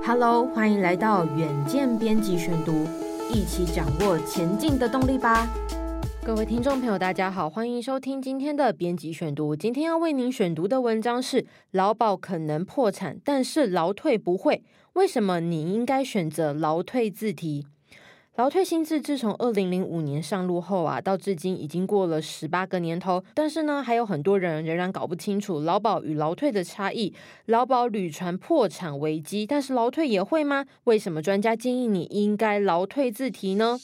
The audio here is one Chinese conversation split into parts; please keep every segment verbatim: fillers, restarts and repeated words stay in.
Hello， 欢迎来到远见编辑选读，一起掌握前进的动力吧。各位听众朋友大家好，欢迎收听今天的编辑选读。今天要为您选读的文章是劳保可能破产，但是劳退不会，为什么你应该选择劳退自提？劳退新制自从二零零五年上路后啊，到至今已经过了十八个年头，但是呢，还有很多人仍然搞不清楚劳保与劳退的差异。劳保屡传破产危机，但是劳退也会吗？为什么专家建议你应该劳退自提呢？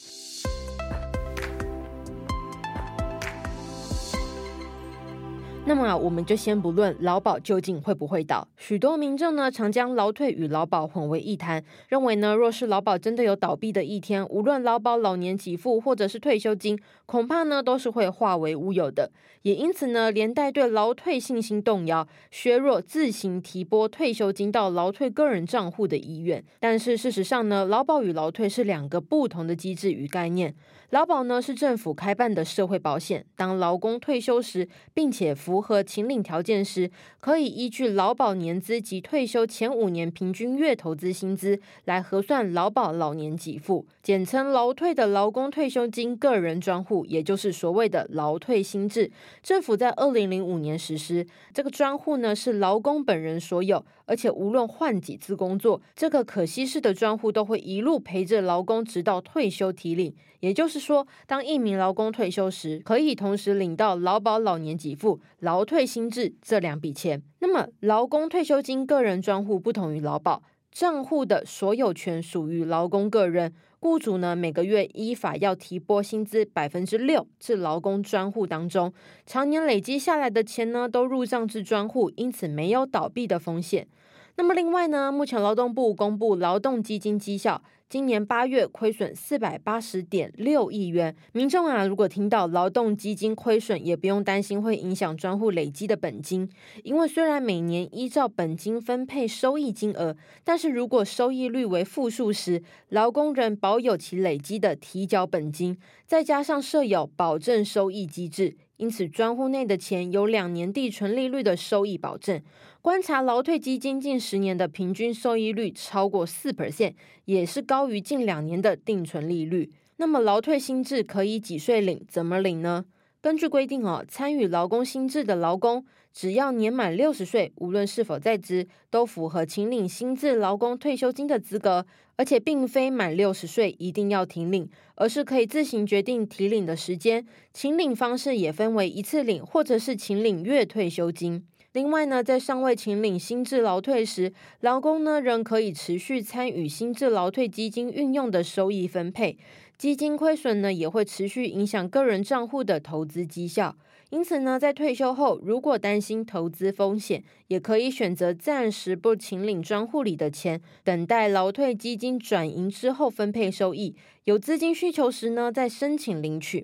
那么啊，我们就先不论劳保究竟会不会倒，许多民众呢常将劳退与劳保混为一谈，认为呢若是劳保真的有倒闭的一天，无论劳保老年给付或者是退休金，恐怕呢都是会化为乌有的，也因此呢连带对劳退信心动摇，削弱自行提拨退休金到劳退个人账户的意愿。但是事实上呢，劳保与劳退是两个不同的机制与概念。劳保呢是政府开办的社会保险，当劳工退休时，并且符合请领条件时，可以依据劳保年资及退休前五年平均月投资薪资来核算劳保老年给付，简称劳退的劳工退休金个人专户，也就是所谓的劳退新制。政府在二零零五年实施，这个专户呢是劳工本人所有，而且无论换几次工作，这个可稀释的专户都会一路陪着劳工直到退休提领。也就是说，当一名劳工退休时，可以同时领到劳保老年给付、劳退新制这两笔钱。那么劳工退休金个人专户不同于劳保，账户的所有权属于劳工个人，雇主呢每个月依法要提拨薪资百分之六至劳工专户当中，常年累积下来的钱呢都入账至专户，因此没有倒闭的风险。那么另外呢，目前劳动部公布劳动基金绩效，今年八月亏损四百八十点六亿元。民众啊，如果听到劳动基金亏损，也不用担心会影响专户累积的本金，因为虽然每年依照本金分配收益金额，但是如果收益率为负数时，劳工仍保有其累积的提缴本金，再加上设有保证收益机制，因此专户内的钱有两年定存利率的收益保证。观察劳退基金近十年的平均收益率超过 百分之四， 也是高于近两年的定存利率。那么劳退新制可以几岁领？怎么领呢？根据规定哦，参与劳工新制的劳工，只要年满六十岁，无论是否在职，都符合请领新制劳工退休金的资格，而且并非满六十岁一定要停领，而是可以自行决定提领的时间。请领方式也分为一次领或者是请领月退休金。另外呢，在尚未请领新制劳退时，劳工呢仍可以持续参与新制劳退基金运用的收益分配，基金亏损呢也会持续影响个人账户的投资绩效。因此呢，在退休后，如果担心投资风险，也可以选择暂时不请领专户里的钱，等待劳退基金转盈之后分配收益，有资金需求时呢再申请领取。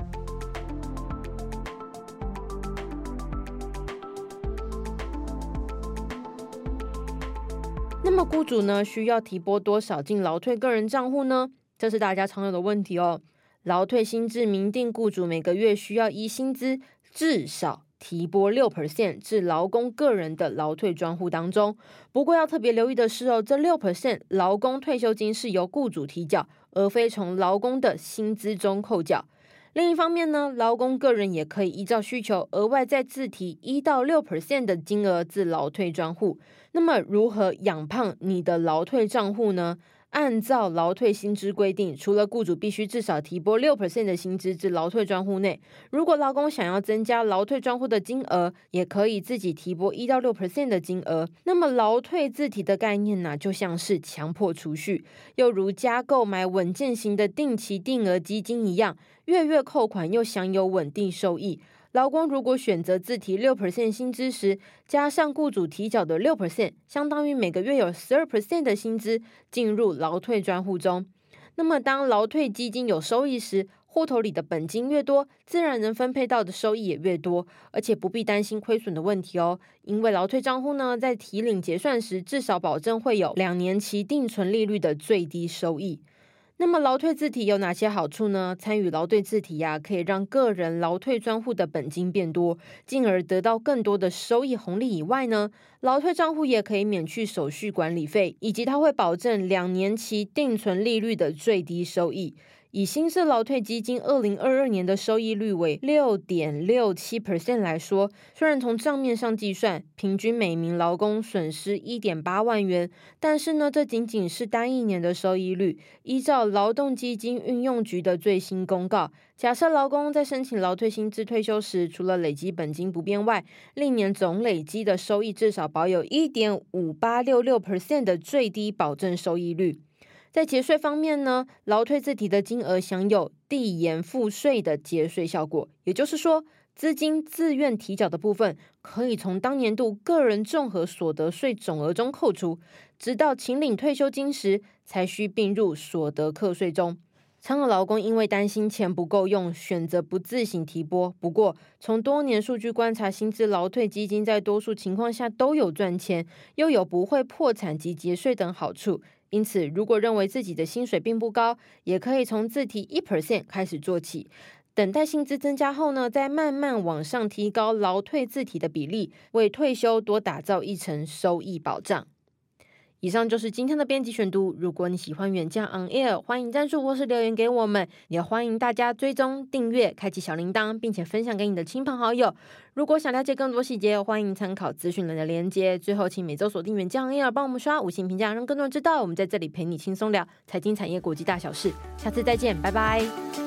那么雇主呢需要提拨多少进劳退个人账户呢？这是大家常有的问题哦。劳退新制明定，雇主每个月需要依薪资至少提拨 百分之六 至劳工个人的劳退专户当中。不过要特别留意的是哦，这 百分之六 劳工退休金是由雇主提缴，而非从劳工的薪资中扣缴。另一方面呢，劳工个人也可以依照需求额外再自提一到 百分之六 的金额至劳退专户。那么如何养胖你的劳退账户呢？按照劳退新制规定，除了雇主必须至少提拨 百分之六 的薪资至劳退专户内，如果劳工想要增加劳退专户的金额，也可以自己提拨一到 百分之六 的金额。那么劳退自提的概念呢，就像是强迫储蓄，又如加购买稳健型的定期定额基金一样，月月扣款又享有稳定收益。劳工如果选择自提 百分之六 薪资时，加上雇主提缴的 百分之六， 相当于每个月有 百分之十二 的薪资进入劳退专户中。那么当劳退基金有收益时，户头里的本金越多，自然能分配到的收益也越多，而且不必担心亏损的问题哦。因为劳退账户呢，在提领结算时，至少保证会有两年期定存利率的最低收益。 那么劳退自提有哪些好处呢？参与劳退自提呀、啊，可以让个人劳退专户的本金变多，进而得到更多的收益红利以外呢，劳退账户也可以免去手续管理费，以及它会保证两年期定存利率的最低收益。以新式劳退基金二零二二年的收益率为 百分之六点六七 来说，虽然从账面上计算，平均每名劳工损失 一点八万元，但是呢，这仅仅是单一年的收益率。依照劳动基金运用局的最新公告，假设劳工在申请劳退薪资退休时，除了累积本金不变外，历年总累积的收益至少保有 一点五八六六 的最低保证收益率。在节税方面呢，劳退自提的金额享有递延付税的节税效果，也就是说，资金自愿提缴的部分可以从当年度个人综合所得税总额中扣除，直到请领退休金时才需并入所得课税中。常有劳工因为担心钱不够用，选择不自行提拨。不过，从多年数据观察，薪资劳退基金在多数情况下都有赚钱，又有不会破产及节税等好处。因此，如果认为自己的薪水并不高，也可以从自提 百分之一 开始做起。等待薪资增加后呢，再慢慢往上提高劳退自提的比例，为退休多打造一层收益保障。以上就是今天的编辑选读。如果你喜欢远见 On Air， 欢迎赞助或是留言给我们，也欢迎大家追踪、订阅、开启小铃铛，并且分享给你的亲朋好友。如果想了解更多细节，欢迎参考资讯栏的连结。最后，请每周锁定远见 On Air， 帮我们刷五星评价，让更多人知道我们在这里陪你轻松聊财经、产业、国际大小事。下次再见，拜拜。